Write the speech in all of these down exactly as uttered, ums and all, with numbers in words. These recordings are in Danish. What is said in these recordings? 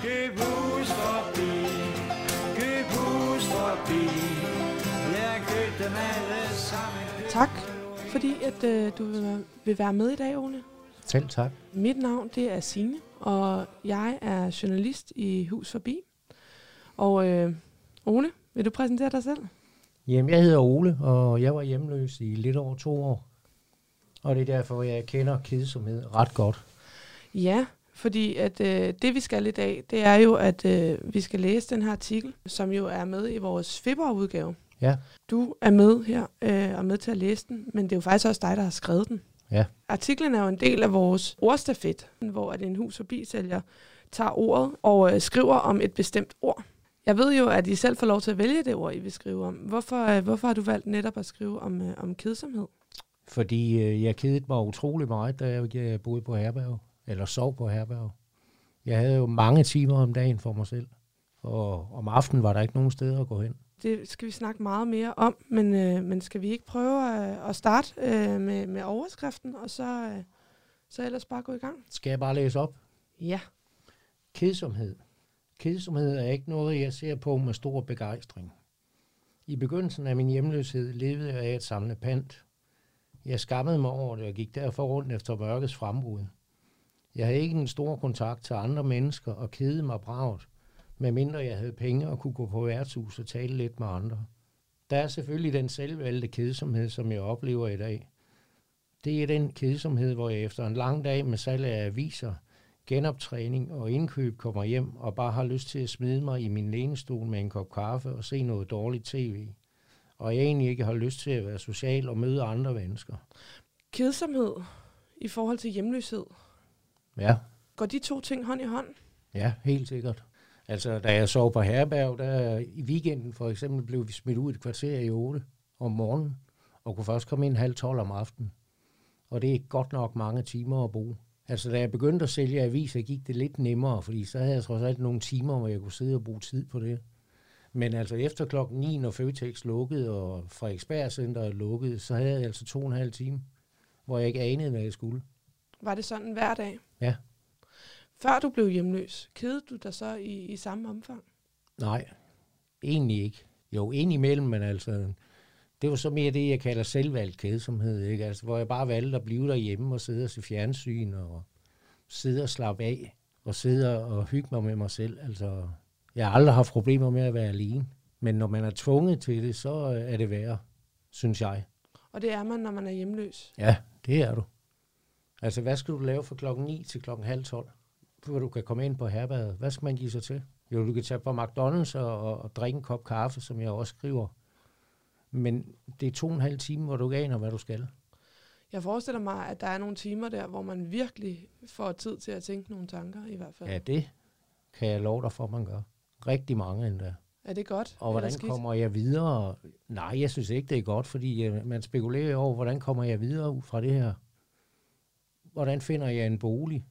Køb hus forbi, køb hus forbi, jeg købte dem alle sammen. Tak, fordi at, øh, du vil, vil være med i dag, Ole. Selv tak. Mit navn, det er Signe, og jeg er journalist i Hus Forbi. Og øh, Ole, vil du præsentere dig selv? Jamen, jeg hedder Ole, og jeg var hjemløs i lidt over to år. Og det er derfor, jeg kender kedsomhed ret godt. Ja, fordi at øh, det vi skal i dag, det er jo, at øh, vi skal læse den her artikel, som jo er med i vores februarudgave. Ja. Du er med her øh, og med til at læse den, men det er jo faktisk også dig, der har skrevet den. Ja. Artiklen er jo en del af vores ordstafet, hvor at en Hus Forbi-sælger tager ordet og øh, skriver om et bestemt ord. Jeg ved jo, at I selv får lov til at vælge det ord, I vil skrive om. Hvorfor, øh, hvorfor har du valgt netop at skrive om, øh, om kedsomhed? Fordi øh, jeg kedede mig utrolig meget, da jeg, jeg boede på herberg, eller sov på herberg. Jeg havde jo mange timer om dagen for mig selv, og om aftenen var der ikke nogen steder at gå hen. Det skal vi snakke meget mere om, men, øh, men skal vi ikke prøve øh, at starte øh, med, med overskriften, og så, øh, så ellers bare gå i gang? Skal jeg bare læse op? Ja. Kedsomhed. Kedsomhed er ikke noget, jeg ser på med stor begejstring. I begyndelsen af min hjemløshed levede jeg af at samle pant. Jeg skammede mig over det og gik derfor rundt efter mørkets frembrud. Jeg havde ikke en stor kontakt til andre mennesker og kedede mig bravt, medmindre jeg havde penge og kunne gå på værtshus og tale lidt med andre. Der er selvfølgelig den selvvalgte kedsomhed, som jeg oplever i dag. Det er den kedsomhed, hvor jeg efter en lang dag med salg af aviser, genoptræning og indkøb kommer hjem og bare har lyst til at smide mig i min lænestol med en kop kaffe og se noget dårligt tv. Og jeg egentlig ikke har lyst til at være social og møde andre mennesker. Kedsomhed i forhold til hjemløshed. Ja. Går de to ting hånd i hånd? Ja, helt sikkert. Altså, da jeg sov på herberg, der i weekenden for eksempel blev vi smidt ud et kvarter i otte om morgenen, og kunne først komme ind halv tolv om aftenen. Og det er godt nok mange timer at bruge. Altså, da jeg begyndte at sælge aviser, gik det lidt nemmere, fordi så havde jeg trods alt nogle timer, hvor jeg kunne sidde og bruge tid på det. Men altså efter klokken ni, når Føtex lukkede, og Frederiksberg Center lukkede, så havde jeg altså to og en halv time, hvor jeg ikke anede, hvad jeg skulle. Var det sådan hver dag? Ja. Før du blev hjemløs, kedede du dig så i, i samme omfang? Nej, egentlig ikke. Jo, indimellem, men altså, det var så mere det, jeg kalder selvvalgt kedsomhed, ikke? Altså, hvor jeg bare valgte at blive derhjemme og sidde og se fjernsyn, og sidde og slappe af, og sidde og hygge mig med mig selv. Altså, jeg har aldrig haft problemer med at være alene, men når man er tvunget til det, så er det værre, synes jeg. Og det er man, når man er hjemløs? Ja, det er du. Altså, hvad skal du lave fra klokken ni til klokken halv tolv? Hvor du kan komme ind på herberget. Hvad skal man give sig til? Jo, du kan tage på McDonald's og, og, og drikke en kop kaffe, som jeg også skriver. Men det er to og en halv time, hvor du ikke aner, hvad du skal. Jeg forestiller mig, at der er nogle timer der, hvor man virkelig får tid til at tænke nogle tanker, i hvert fald. Ja, det kan jeg love dig for, man gør. Rigtig mange endda. Er det godt? Og hvordan kommer jeg videre? Nej, jeg synes ikke, det er godt, fordi man spekulerer over, hvordan kommer jeg videre ud fra det her? Hvordan finder jeg en bolig?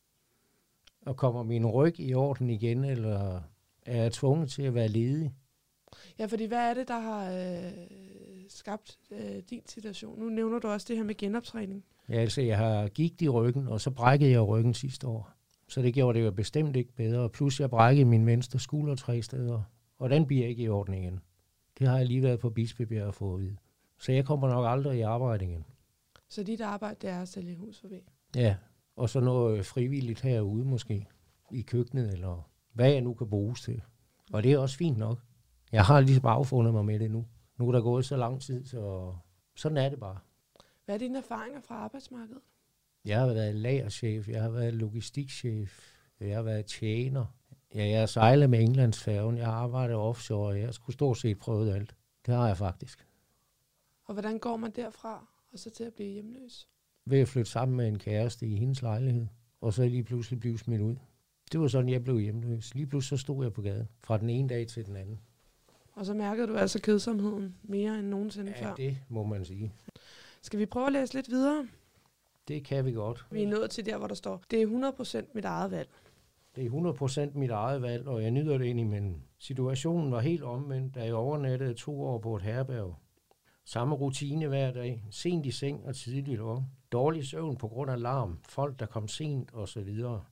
Og kommer min ryg i orden igen, eller er jeg tvunget til at være ledig? Ja, fordi hvad er det, der har øh, skabt øh, din situation? Nu nævner du også det her med genoptræning. Ja, altså jeg har gigt i ryggen, og så brækkede jeg ryggen sidste år. Så det gjorde det jo bestemt ikke bedre. Plus jeg brækkede min venstre skulder tre steder, og den bliver ikke i orden igen. Det har jeg lige været på Bispebjerg og fået at vide. Så jeg kommer nok aldrig i arbejde igen. Så dit arbejde, det er at sælge Hus Forbi? Ja, og så noget frivilligt herude måske, i køkkenet, eller hvad jeg nu kan bruges til. Og det er også fint nok. Jeg har ligesom affundet mig med det nu. Nu er der gået så lang tid, så sådan er det bare. Hvad er dine erfaringer fra arbejdsmarkedet? Jeg har været lagerchef, jeg har været logistikchef, jeg har været tjener. Ja, jeg har sejlet med Englandsfærgen, jeg har arbejdet offshore, jeg skulle stort set prøvet alt. Det har jeg faktisk. Og hvordan går man derfra, og så til at blive hjemløs? Ved at flytte sammen med en kæreste i hendes lejlighed, og så lige pludselig blive smidt ud. Det var sådan, jeg blev hjemløs. Lige pludselig så stod jeg på gaden, fra den ene dag til den anden. Og så mærkede du altså kedsomheden mere end nogensinde ja, før? Ja, det må man sige. Skal vi prøve at læse lidt videre? Det kan vi godt. Vi er nået til der, hvor der står, det er hundrede procent mit eget valg. Det er hundrede procent mit eget valg, og jeg nyder det indimellem. Situationen var helt omvendt, da jeg overnattede to år på et herberg. Samme rutine hver dag, sent i seng og tidligt op. Dårlig søvn på grund af larm, folk der kom sent osv.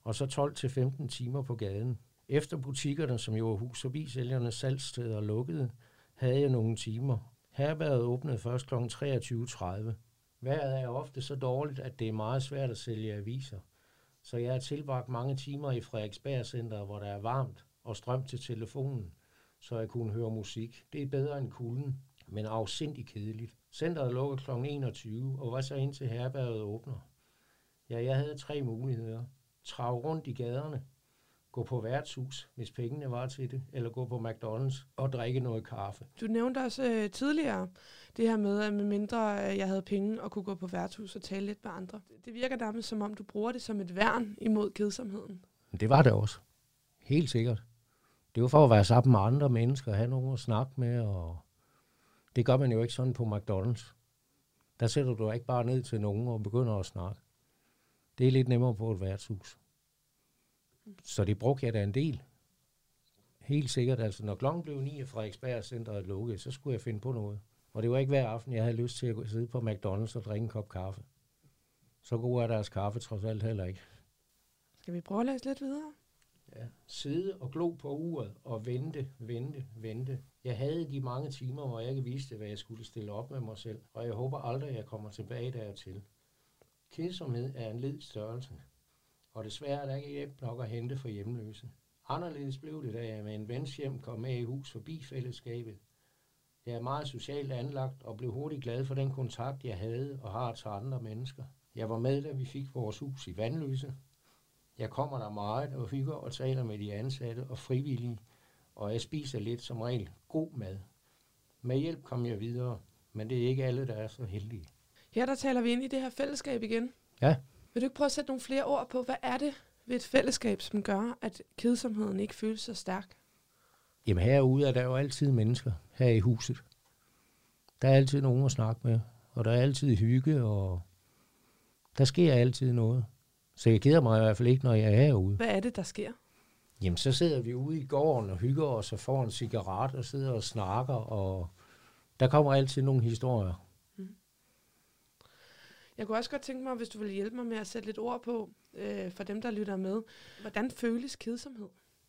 og så tolv til femten timer på gaden. Efter butikkerne, som jo var hus forbi sælgernes salgssteder, lukkede, havde jeg nogle timer. Herberget åbnede først kl. treogtyve tredive. Vejret er ofte så dårligt, at det er meget svært at sælge aviser. Så jeg har tilbragt mange timer i Frederiksberg Center, hvor der er varmt og strøm til telefonen, så jeg kunne høre musik. Det er bedre end kulden, men afsindigt kedeligt. Centeret lukker kl. enogtyve, og hvad så indtil herberget åbner? Ja, jeg havde tre muligheder. Trave rundt i gaderne, gå på værtshus, hvis pengene var til det, eller gå på McDonald's og drikke noget kaffe. Du nævnte også øh, tidligere det her med, at med mindre øh, jeg havde penge og kunne gå på værtshus og tale lidt med andre. Det virker nærmest som om, du bruger det som et værn imod kedsomheden. Det var det også. Helt sikkert. Det var for at være sammen med andre mennesker, have nogen at snakke med, og det gør man jo ikke sådan på McDonald's. Der sætter du ikke bare ned til nogen og begynder at snakke. Det er lidt nemmere på et værtshus. Så det brugte jeg da en del. Helt sikkert. Altså, når klokken blev ni og Frederiksberg Centeret lukkede, så skulle jeg finde på noget. Og det var ikke hver aften, jeg havde lyst til at sidde på McDonald's og drikke en kop kaffe. Så god er deres kaffe trods alt heller ikke. Skal vi prøve at læse lidt videre? Ja. Sidde og glo på uret og vente, vente, vente. Jeg havde de mange timer, hvor jeg ikke vidste, hvad jeg skulle stille op med mig selv. Og jeg håber aldrig, at jeg kommer tilbage dertil. Kedsomhed er en led størrelse. Og desværre er der ikke hjælp nok at hente for hjemløse. Anderledes blev det, da jeg med en vens hjem kom med i hus forbi fællesskabet. Jeg er meget socialt anlagt og blev hurtigt glad for den kontakt, jeg havde og har til andre mennesker. Jeg var med, da vi fik vores hus i Vandløse. Jeg kommer der meget og hygger og taler med de ansatte og frivillige, og jeg spiser lidt som regel god mad. Med hjælp kom jeg videre, men det er ikke alle, der er så heldige. Her der taler vi ind i det her fællesskab igen. Ja. Vil du ikke prøve at sætte nogle flere ord på, hvad er det ved et fællesskab, som gør, at kedsomheden ikke føles så stærk? Jamen herude er der jo altid mennesker her i huset. Der er altid nogen at snakke med, og der er altid hygge, og der sker altid noget. Så jeg keder mig i hvert fald ikke, når jeg er herude. Hvad er det, der sker? Jamen så sidder vi ude i gården og hygger os og får en cigaret og sidder og snakker, og der kommer altid nogle historier. Jeg kunne også godt tænke mig, hvis du ville hjælpe mig med at sætte lidt ord på, øh, for dem, der lytter med. Hvordan føles kedsomhed?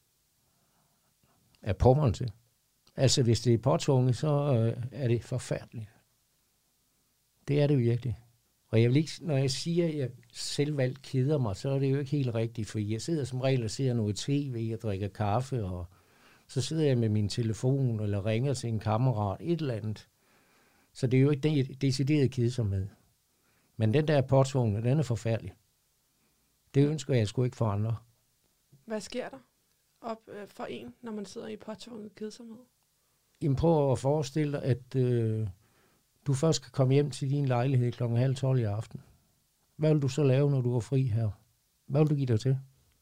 Er pommeren til. Altså, hvis det er påtvunget, så øh, er det forfærdeligt. Det er det virkelig. Og jeg vil ikke, når jeg siger, at jeg selvvalgt keder mig, så er det jo ikke helt rigtigt, for jeg sidder som regel og ser noget tv og drikker kaffe, og så sidder jeg med min telefon eller ringer til en kammerat, et eller andet. Så det er jo ikke det decideret kedsomhed. Men den der påtvungne, den er forfærdelig. Det ønsker jeg sgu ikke for andre. Hvad sker der op øh, for en, når man sidder i påtvunget kedsomhed? Jamen prøv at forestille dig, at øh, du først skal komme hjem til din lejlighed klokken halv tolv i aften. Hvad vil du så lave, når du er fri her? Hvad vil du give dig til?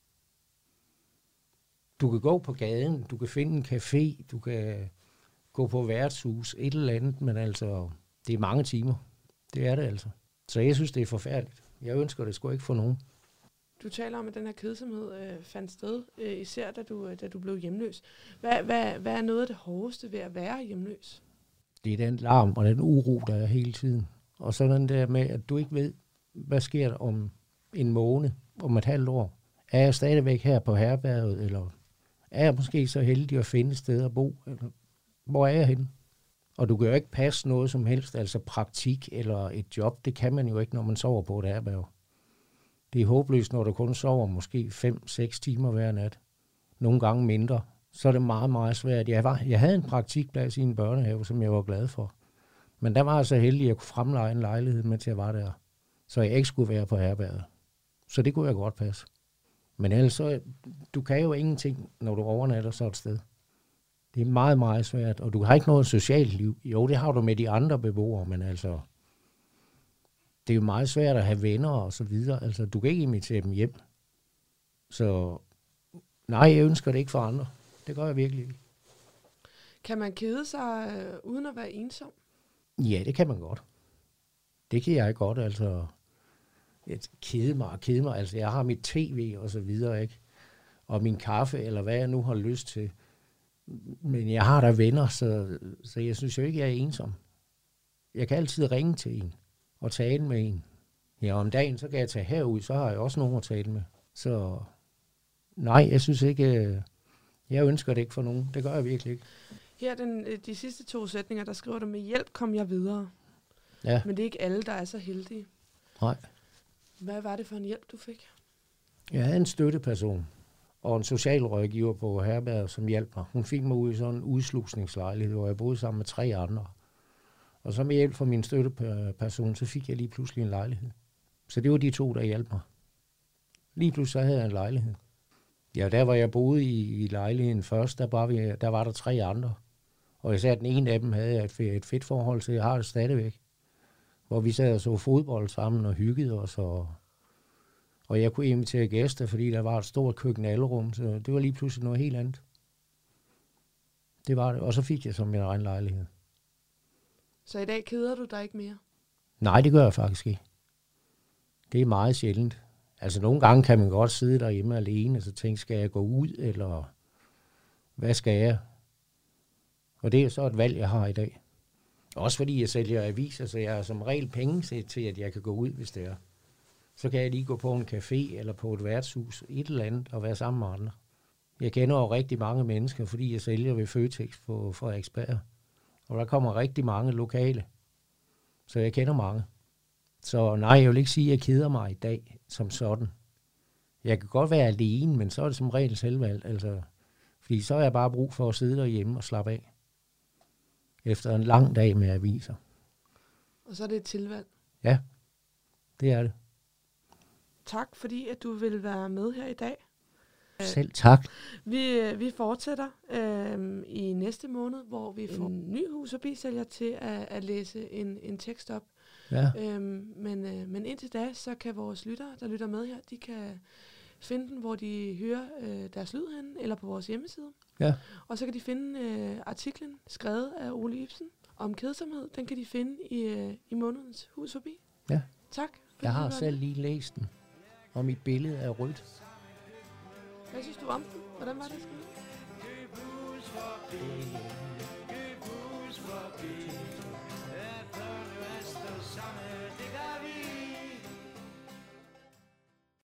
Du kan gå på gaden, du kan finde en café, du kan gå på værtshus, et eller andet, men altså, det er mange timer. Det er det altså. Så jeg synes, det er forfærdeligt. Jeg ønsker det sgu ikke for nogen. Du taler om, at den her kedsomhed øh, fandt sted, øh, især da du, da du blev hjemløs. Hvad, hvad, hvad er noget af det hårdeste ved at være hjemløs? Det er den larm og den uro, der er hele tiden. Og så den der med, at du ikke ved, hvad sker der om en måned, om et halvt år. Er jeg stadigvæk her på herberget, eller er jeg måske så heldig at finde et sted at bo? Eller hvor er jeg henne? Og du kan jo ikke passe noget som helst, altså praktik eller et job. Det kan man jo ikke, når man sover på et herberg. Det er håbløst, når du kun sover måske fem seks timer hver nat. Nogle gange mindre. Så er det meget, meget svært. Jeg, var, jeg havde en praktikplads i en børnehave, som jeg var glad for. Men der var jeg så heldig, at jeg kunne fremleje en lejlighed, mens jeg var der. Så jeg ikke skulle være på herberget. Så det kunne jeg godt passe. Men ellers så, du kan jo ingenting, når du overnatter så et sted. Det er meget, meget svært, og du har ikke noget socialt liv. Jo, det har du med de andre beboere, men altså, det er jo meget svært at have venner og så videre. Altså, du kan ikke invitere dem hjem. Så nej, jeg ønsker det ikke for andre. Det gør jeg virkelig ikke. Kan man kede sig øh, uden at være ensom? Ja, det kan man godt. Det kan jeg godt, altså. Jeg kede mig og kede mig. Altså, jeg har mit tv og så videre, ikke? Og min kaffe, eller hvad jeg nu har lyst til. Men jeg har der venner, så, så jeg synes jo ikke, jeg er ensom. Jeg kan altid ringe til en og tale med en. Ja, om dagen, så kan jeg tage herud, så har jeg også nogen at tale med. Så nej, jeg synes ikke, øh, jeg ønsker det ikke for nogen. Det gør jeg virkelig ikke. Her den, øh, de sidste to sætninger, der skriver du, med hjælp kom jeg videre. Ja. Men det er ikke alle, der er så heldige. Nej. Hvad var det for en hjælp, du fik? Jeg havde en støtteperson og en socialrådgiver på herberget, som hjalp mig. Hun fik mig ud i sådan en udslusningslejlighed, hvor jeg boede sammen med tre andre. Og så med hjælp fra min støtteperson, så fik jeg lige pludselig en lejlighed. Så det var de to, der hjalp mig. Lige pludselig så havde jeg en lejlighed. Ja, der hvor jeg boede i, i lejligheden først, der var, vi, der var der tre andre. Og især den ene af dem havde jeg et, et fedt forhold til, jeg har det stadigvæk. Hvor vi sad og så fodbold sammen og hyggede os. Og, og jeg kunne invitere gæster, fordi der var et stort køkkenalrum, så det var lige pludselig noget helt andet. Det var det. Og så fik jeg så min egen lejlighed. Så i dag keder du dig ikke mere? Nej, det gør jeg faktisk ikke. Det er meget sjældent. Altså nogle gange kan man godt sidde derhjemme alene, og så tænke, skal jeg gå ud, eller hvad skal jeg? Og det er så et valg, jeg har i dag. Også fordi jeg sælger aviser, så jeg har som regel penge til, at jeg kan gå ud, hvis det er. Så kan jeg lige gå på en café eller på et værtshus, et eller andet, og være sammen med andre. Jeg kender jo rigtig mange mennesker, fordi jeg sælger ved Føtex på Frederiksberg. Og der kommer rigtig mange lokale. Så jeg kender mange. Så nej, jeg vil ikke sige, at jeg keder mig i dag som sådan. Jeg kan godt være alene, men så er det som regel selvvalgt. Altså, fordi så har jeg bare brug for at sidde derhjemme og slappe af. Efter en lang dag med aviser. Og så er det et tilvalg. Ja, det er det. Tak, fordi at du vil være med her i dag. Selv tak. Vi, vi fortsætter øh, i næste måned, hvor vi får en ny hus- og bisælger til at, at læse en, en tekst op. Ja. Øhm, men, øh, men indtil da, så kan vores lyttere, der lytter med her, de kan finde den, hvor de hører øh, deres lyd henne, eller på vores hjemmeside. Ja. Og så kan de finde øh, artiklen, skrevet af Ole Ibsen, om kedsomhed. Den kan de finde i, øh, i månedens Hus Forbi. Ja. Tak. Jeg har selv lige læst den, og mit billede er rødt. Hvad synes du om den? Hvordan var det skrevet?